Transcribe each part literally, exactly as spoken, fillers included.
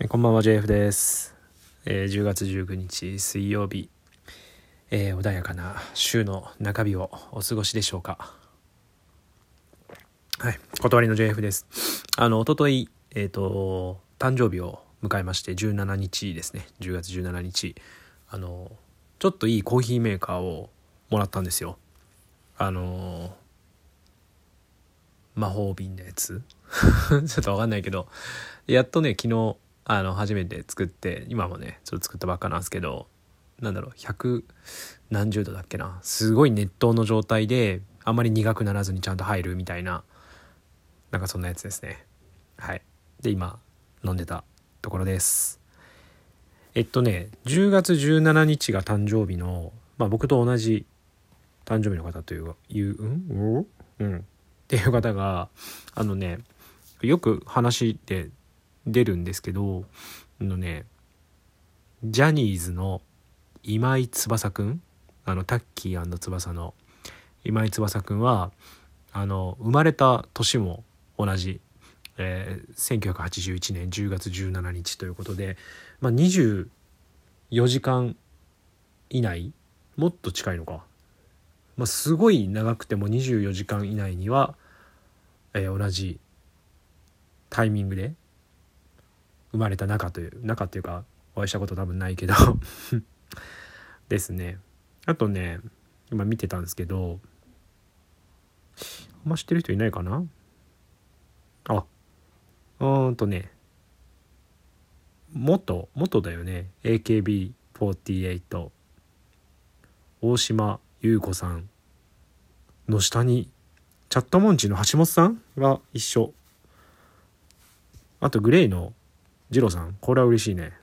こんばんは ジェイエフ です、えー、じゅうがつじゅうくにち水曜日、えー、穏やかな週の中日をお過ごしでしょうか。はい、断りの ジェイエフ です。あの一昨日えっ、ー、と誕生日を迎えまして、じゅうしちにちですね。じゅうがつじゅうしちにち、あのちょっといいコーヒーメーカーをもらったんですよ。あの魔法瓶のやつちょっとわかんないけど、やっとね昨日あの初めて作って、今もねちょっと作ったばっかなんですけど、なんだろうひゃく何十度だっけな、すごい熱湯の状態であんまり苦くならずにちゃんと入るみたいな、なんかそんなやつですね。はい。で今飲んでたところです。えっとねじゅうがつじゅうしちにちが誕生日の、まあ僕と同じ誕生日の方といういううんうんっていう方が、あのねよく話で出るんですけど、あのねジャニーズの今井翼くん、あのタッキー&翼の今井翼くんは、あの生まれた年も同じ、えー、せんきゅうひゃくはちじゅういちねんじゅうがつじゅうしちにちということで、まあ、にじゅうよじかん以内、もっと近いのか、まあ、すごい長くてもにじゅうよじかん以内には、えー、同じタイミングで生まれた仲という仲っていうか、お会いしたこと多分ないけどですね。あとね今見てたんですけど、あんま知ってる人いないかな。あうーんとね元元だよね。 エーケービーフォーティーエイト 大島優子さんの下にチャットモンチの橋本さんが一緒。あとグレイのジロさん、これは嬉しいね。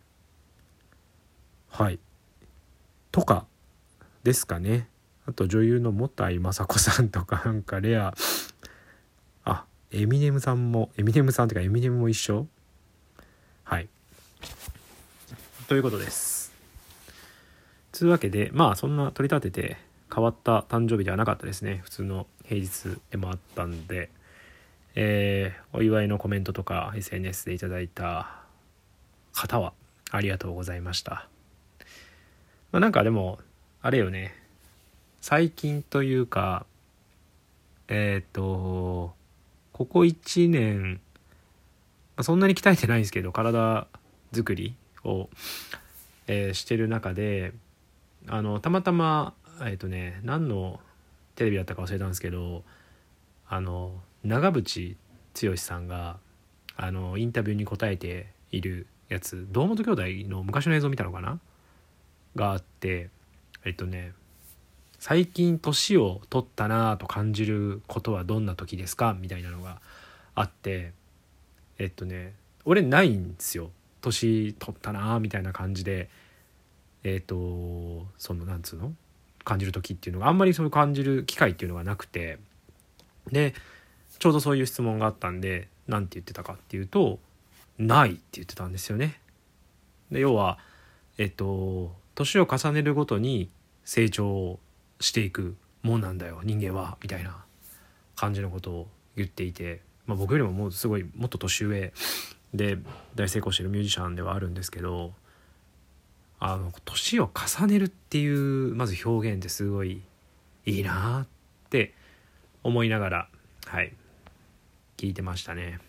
はいとかですかね。あと女優のもたいまさこさんとか、なんかレア、あエミネムさんもエミネムさんってかエミネムも一緒。はいということです。というわけで、まあそんな取り立てて変わった誕生日ではなかったですね。普通の平日でもあったんで、えー、お祝いのコメントとか エスエヌエス でいただいた方はありがとうございました。まあ、なんかでもあれよね、最近というかえっ、ー、とここいちねん、まあ、そんなに鍛えてないんですけど、体作りを、えー、してる中で、あのたまたまえっ、ー、とね何のテレビだったか忘れたんですけど、あの長渕剛さんがあのインタビューに答えているやつ、堂本兄弟の昔の映像見たのかながあって、えっとね最近年を取ったなと感じることはどんな時ですかみたいなのがあって、えっとね俺ないんですよ、年取ったなみたいな感じで、えっとそのなんつうの感じる時っていうのがあんまりそういう感じる機会っていうのがなくて、でちょうどそういう質問があったんで、なんて言ってたかっていうと、ないって言ってたんですよね。で要はえっと年を重ねるごとに成長していくもんなんだよ人間は、みたいな感じのことを言っていて、まあ、僕よりももうすごいもっと年上で大成功してるミュージシャンではあるんですけど、あの年を重ねるっていうまず表現ってすごいいいなって思いながら、はい聞いてましたね。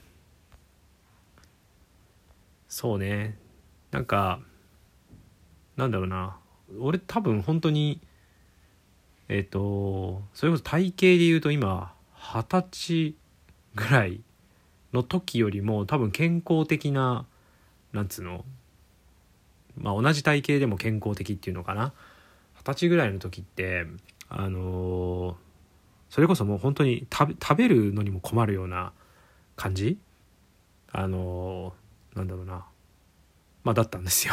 そうね、なんかなんだろうな、俺多分本当にえっとそれこそ体型で言うと今二十歳ぐらいの時よりも多分健康的な、なんつうの、まあ同じ体型でも健康的っていうのかな、二十歳ぐらいの時ってあのー、それこそもう本当に食べ、食べるのにも困るような感じ、あのー、なんだろうな、まあだったんですよ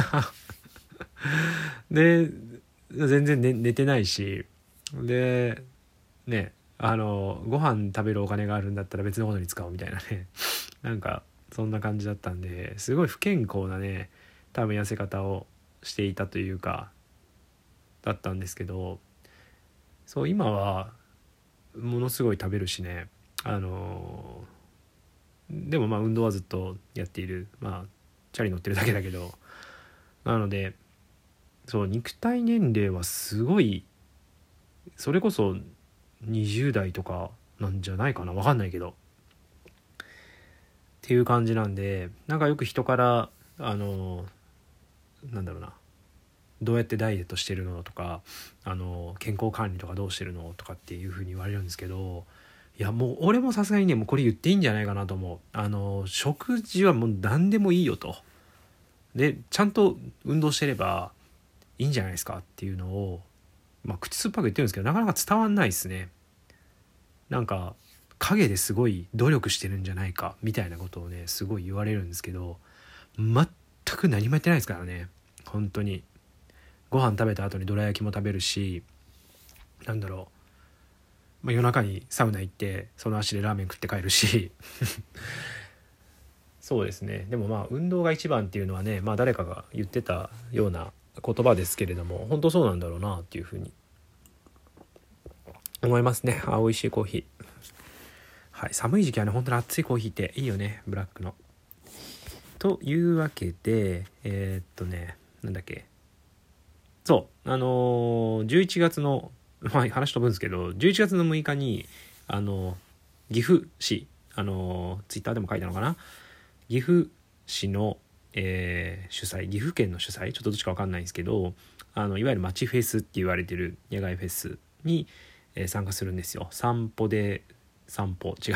で全然、ね、寝てないし、でねあのご飯食べるお金があるんだったら別のことに使おうみたいなねなんかそんな感じだったんで、すごい不健康なね多分痩せ方をしていたというかだったんですけど、そう今はものすごい食べるしね、あのでもまあ運動はずっとやっている、まあチャリ乗ってるだけだけど、なのでそう肉体年齢はすごい、それこそにじゅう代とかなんじゃないかな、分かんないけどっていう感じなんで、なんかよく人からあのなんだろうな、どうやってダイエットしてるのとか、あの健康管理とかどうしてるのとかっていう風に言われるんですけど、いやもう俺もさすがにねもうこれ言っていいんじゃないかなと思う。あの食事はもう何でもいいよと、でちゃんと運動してればいいんじゃないですかっていうのを、まあ、口酸っぱく言ってるんですけどなかなか伝わんないですね。なんか陰ですごい努力してるんじゃないかみたいなことをねすごい言われるんですけど、全く何もやってないですからね。本当にご飯食べた後にどら焼きも食べるし、なんだろう、まあ、夜中にサウナ行ってその足でラーメン食って帰るしそうですね。でもまあ運動が一番っていうのはね、まあ誰かが言ってたような言葉ですけれども、本当そうなんだろうなっていうふうに思いますね。あ、美味しいコーヒー。はい、寒い時期はね本当に熱いコーヒーっていいよね、ブラックの。というわけでえー、っとねなんだっけ、そうあのー、じゅういちがつの、まあ、話飛ぶんですけどじゅういちがつのむいかにあのー、岐阜市、あのー、ツイッターでも書いたのかな、岐阜市の、えー、主催、岐阜県の主催、ちょっとどっちか分かんないんですけど、あのいわゆる街フェスって言われてる野外フェスに、えー、参加するんですよ。散歩で散歩違う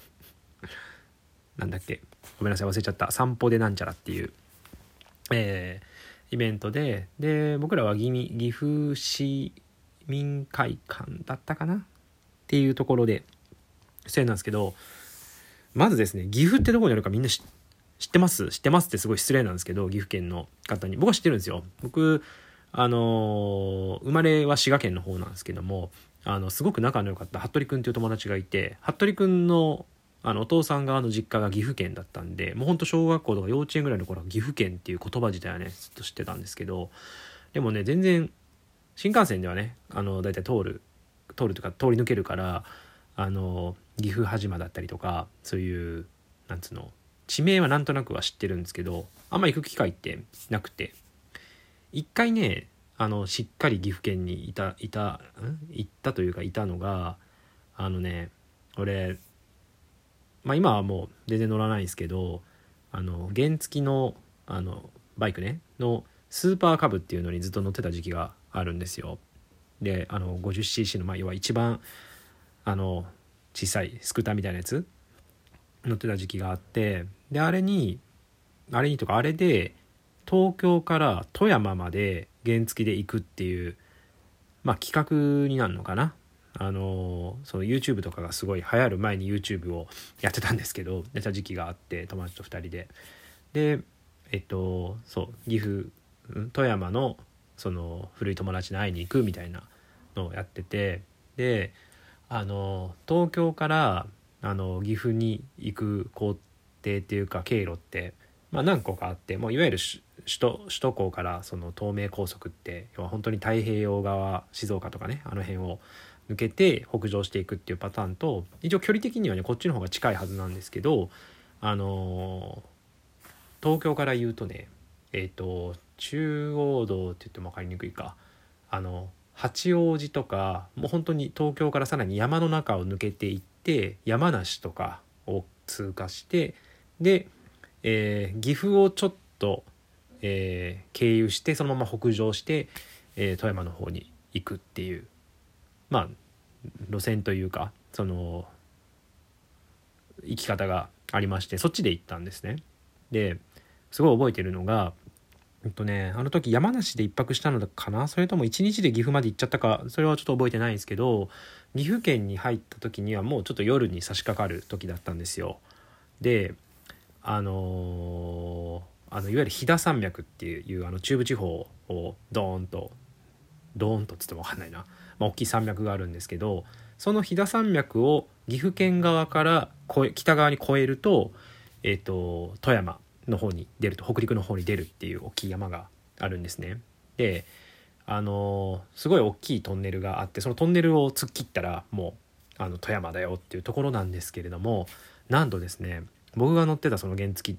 なんだっけ、ごめんなさい忘れちゃった。散歩でなんちゃらっていう、えー、イベントで、で僕らは岐岐阜市民会館だったかなっていうところで出演なんですけど、まずですね、岐阜ってどこにあるかみんな知ってます知ってますってすごい失礼なんですけど、岐阜県の方に。僕は知ってるんですよ。僕あのー、生まれは滋賀県の方なんですけども、あのすごく仲の良かった服部くんっていう友達がいて、服部くんのあのお父さん側の実家が岐阜県だったんで、もうほんと小学校とか幼稚園ぐらいの頃は岐阜県っていう言葉自体はねずっと知ってたんですけど、でもね全然新幹線ではねあのだいたい通る通るとか通り抜けるから、あの岐阜羽島だったりとかそういうなんつうの地名はなんとなくは知ってるんですけど、あんま行く機会ってなくて、一回ねあのしっかり岐阜県にいたいたん行ったというかいたのが、あのね俺まあ今はもう全然乗らないんですけど、あの原付のあのバイクねのスーパーカブっていうのにずっと乗ってた時期があるんですよ。であの ごじゅっシーシー の、まあ、要は一番あの小さいスクーターみたいなやつ乗ってた時期があって、であれにあれにとかあれで東京から富山まで原付で行くっていう、まあ企画になるのかな。あのその YouTube とかがすごい流行る前に YouTube をやってたんですけど、やった時期があって、友達とふたりででえっとそう岐阜富山のその古い友達に会いに行くみたいなのをやってて、であの東京からあの岐阜に行く工程っていうか経路って、まあ、何個かあって、もういわゆる首都首都高からその東名高速って要は本当に太平洋側静岡とかねあの辺を抜けて北上していくっていうパターンと、一応距離的にはねこっちの方が近いはずなんですけど、あの東京から言うとねえっと中央道って言っても分かりにくいか、あの八王子とかもう本当に東京からさらに山の中を抜けていって山梨とかを通過して、で、えー、岐阜をちょっと、えー、経由してそのまま北上して、えー、富山の方に行くっていう、まあ路線というかその行き方がありまして、そっちで行ったんですね。ですごい覚えてるのが、えっとねあの時山梨で一泊したのかな、それとも一日で岐阜まで行っちゃったか、それはちょっと覚えてないんですけど、岐阜県に入った時にはもうちょっと夜に差し掛かる時だったんですよ。であのー、あのいわゆる飛騨山脈っていうあの中部地方をドーンとドーンとつっても分かんないな、まあ、大きい山脈があるんですけど、その飛騨山脈を岐阜県側から越え北側に越えると、えっと富山の方に出ると北陸の方に出るっていう大きい山があるんですね。であのー、すごい大きいトンネルがあって、そのトンネルを突っ切ったらもうあの富山だよっていうところなんですけれども、なんとですね僕が乗ってたその原付って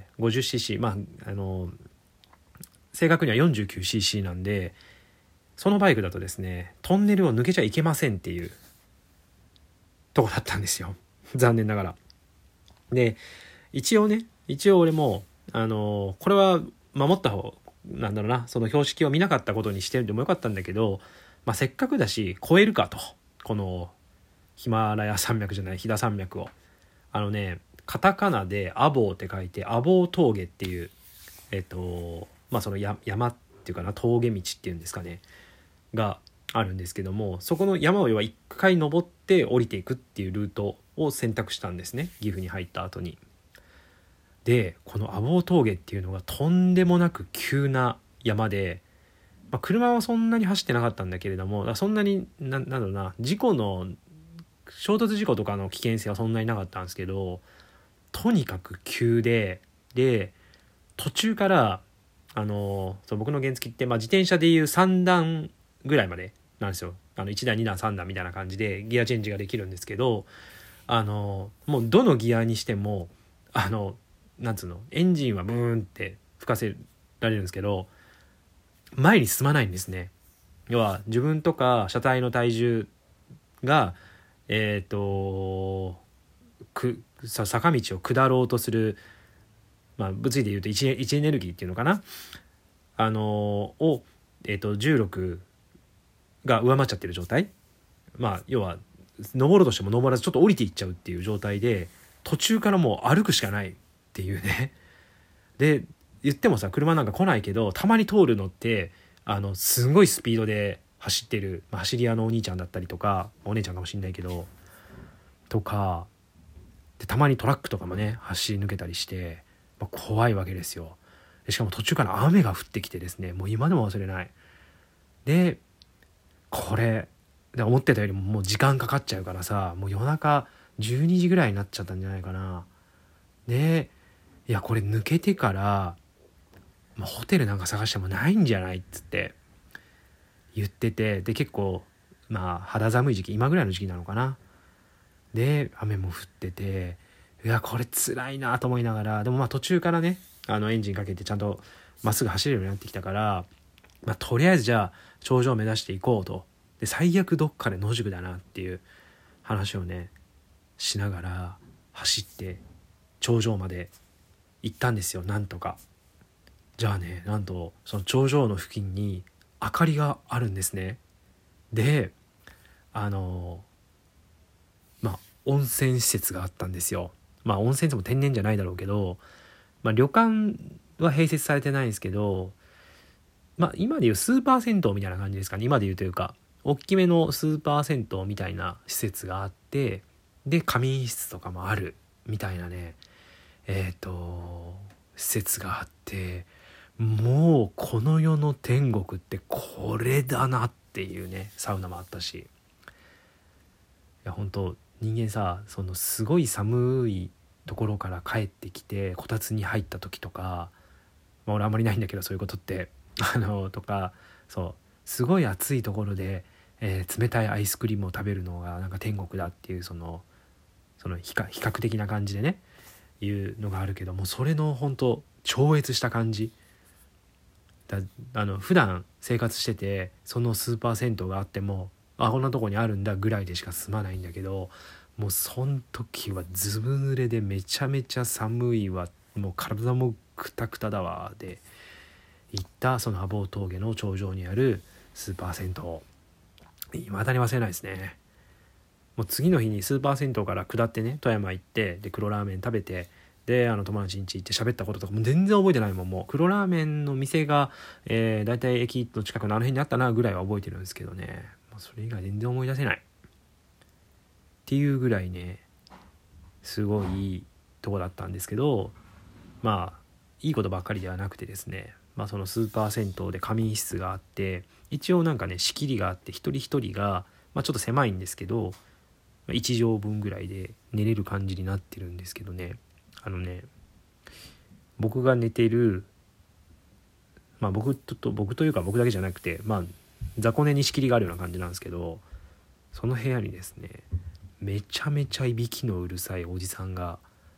ごじゅっシーシー、 まああの正確には よんじゅうきゅうシーシー なんで、そのバイクだとですねトンネルを抜けちゃいけませんっていうとこだったんですよ残念ながら。で一応ね一応俺もあのこれは守った方なんだろうな、その標識を見なかったことにしてるでもよかったんだけど、まあ、せっかくだし越えるかと、このヒマラヤ山脈じゃない飛騨山脈を、あのねカタカナでアボーって書いてアボー峠っていう、えっとまあそのや山っていうかな、峠道っていうんですかねがあるんですけども、そこの山を要は一回登って降りていくっていうルートを選択したんですね、岐阜に入った後に。でこの阿房峠っていうのがとんでもなく急な山で、まあ、車はそんなに走ってなかったんだけれども、そんなに な, なんだろうな事故の衝突事故とかの危険性はそんなになかったんですけど、とにかく急で、で途中からあのそう僕の原付って、まあ、自転車でいうさん段ぐらいまでなんですよ。あのいち段に段さん段みたいな感じでギアチェンジができるんですけど、あのもうどのギアにしてもあのなんつうのエンジンはブーンって吹かせられるんですけど前に進まないんですね。要は自分とか車体の体重がえっ、ー、とくさ坂道を下ろうとする、まあ、物理でいうと位置エネルギーっていうのかな、あのを、えー、と重力が上回っちゃってる状態、まあ要は登ろうとしても登らずちょっと降りていっちゃうっていう状態で、途中からもう歩くしかないっていうね。で言ってもさ車なんか来ないけど、たまに通るのってあのすごいスピードで走ってる、まあ、走り屋のお兄ちゃんだったりとかお姉ちゃんかもしれないけどとかで、たまにトラックとかもね走り抜けたりして、まあ、怖いわけですよ。でしかも途中から雨が降ってきてですね、もう今でも忘れない。でこれで思ってたよりももう時間かかっちゃうからさ、もう夜中じゅうにじぐらいになっちゃったんじゃないかな。でいやこれ抜けてから、まあ、ホテルなんか探してもないんじゃないっつって言ってて、で結構まあ肌寒い時期、今ぐらいの時期なのかな。で雨も降ってて、いやこれ辛いなと思いながら、でもまあ途中からねあのエンジンかけてちゃんとまっすぐ走れるようになってきたから、まあ、とりあえずじゃあ頂上を目指していこうと。で最悪どっかで野宿だなっていう話をねしながら走って頂上まで行ったんですよ、なんとか。じゃあね、なんとその頂上の付近に明かりがあるんですね。であのまあ温泉施設があったんですよ。まあ温泉でも天然じゃないだろうけど、まあ、旅館は併設されてないんですけど、まあ今でいうスーパー銭湯みたいな感じですかね。今でいうというか大きめのスーパー銭湯みたいな施設があって、で仮眠室とかもあるみたいなね、えっと施設があって、もうこの世の天国ってこれだなっていうね、サウナもあったし、いや本当人間さ、そのすごい寒いところから帰ってきてこたつに入った時とか、まあ俺あんまりないんだけどそういうことってあのとか、そうすごい暑いところで、えー冷たいアイスクリームを食べるのがなんか天国だっていう、そのその比較比較的な感じでねいうのがあるけども、それの本当超越した感じだ。あの普段生活しててそのスーパー銭湯があっても、あこんなとこにあるんだぐらいでしか済まないんだけど、もうそん時はずぶ濡れでめちゃめちゃ寒いわ、もう体もクタクタだわで行ったその阿房峠の頂上にあるスーパー銭湯、未だに忘れないですね。もう次の日にスーパー銭湯から下ってね富山行って、で黒ラーメン食べて、であの友達ん家行って喋ったこととかも全然覚えてないもん。もう黒ラーメンの店が、えー、だいたい駅の近くのあの辺にあったなぐらいは覚えてるんですけどね、もうそれ以外全然思い出せないっていうぐらいねすごいいいとこだったんですけど、まあいいことばっかりではなくてですね、まあ、そのスーパー銭湯で仮眠室があって、一応なんかね仕切りがあって、一人一人が、まあ、ちょっと狭いんですけどいち畳分ぐらいで寝れる感じになってるんですけどね、あのね僕が寝てる、まあ僕と僕というか僕だけじゃなくて、まあ雑魚寝に仕切りがあるような感じなんですけど、その部屋にですねめちゃめちゃいびきのうるさいおじさんが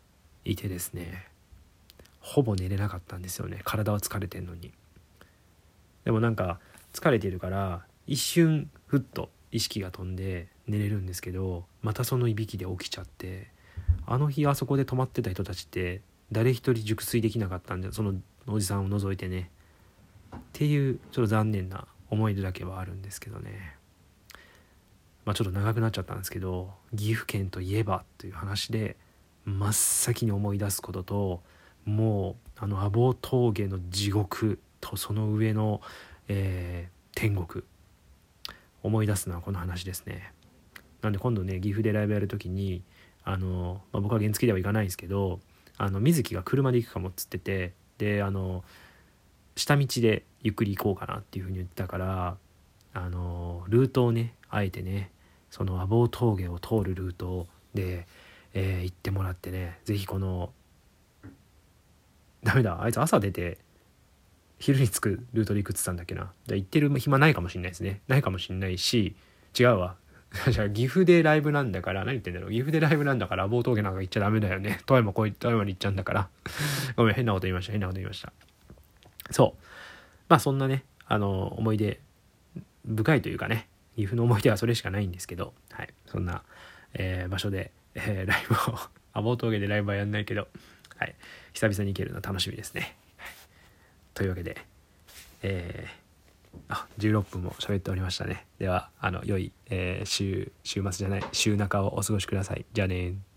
いてですね、ほぼ寝れなかったんですよね。体は疲れてんのに。でもなんか疲れてるから一瞬ふっと意識が飛んで寝れるんですけど、またそのいびきで起きちゃって、あの日あそこで泊まってた人たちって誰一人熟睡できなかったんで、そのおじさんを除いてねっていうちょっと残念な思い出だけはあるんですけどね。まあちょっと長くなっちゃったんですけど、岐阜県といえばという話で真っ先に思い出すことと、もうあの阿呆峠の地獄とその上の、えー、天国思い出すのはこの話ですね。なんで今度ね岐阜でライブやるときにあの、まあ、僕は原付では行かないんですけど、あの水木が車で行くかもっつってて、であの下道でゆっくり行こうかなっていうふうに言ってたから、あのルートをねあえてねその阿呆峠を通るルートで、えー、行ってもらってね、ぜひこのダメだあいつ朝出て昼に着くルートで行くって言ったんだっけな。行ってる暇ないかもしれないですね。ないかもしれないし、違うわじゃあ岐阜でライブなんだから、何言ってんだろう、岐阜でライブなんだから阿呆峠なんか行っちゃダメだよね。富山こい富山に行っちゃうんだからごめん変なこと言いました変なこと言いました。そうまあそんなねあの思い出深いというかね、岐阜の思い出はそれしかないんですけど、はい、そんな、えー、場所で、えー、ライブを阿呆峠でライブはやんないけど、はい、久々に行けるの楽しみですね、はい、というわけで、えー、あじゅうろっぷんも喋っておりましたね。ではあの良い、えー、週週末じゃない週中をお過ごしください。じゃあね。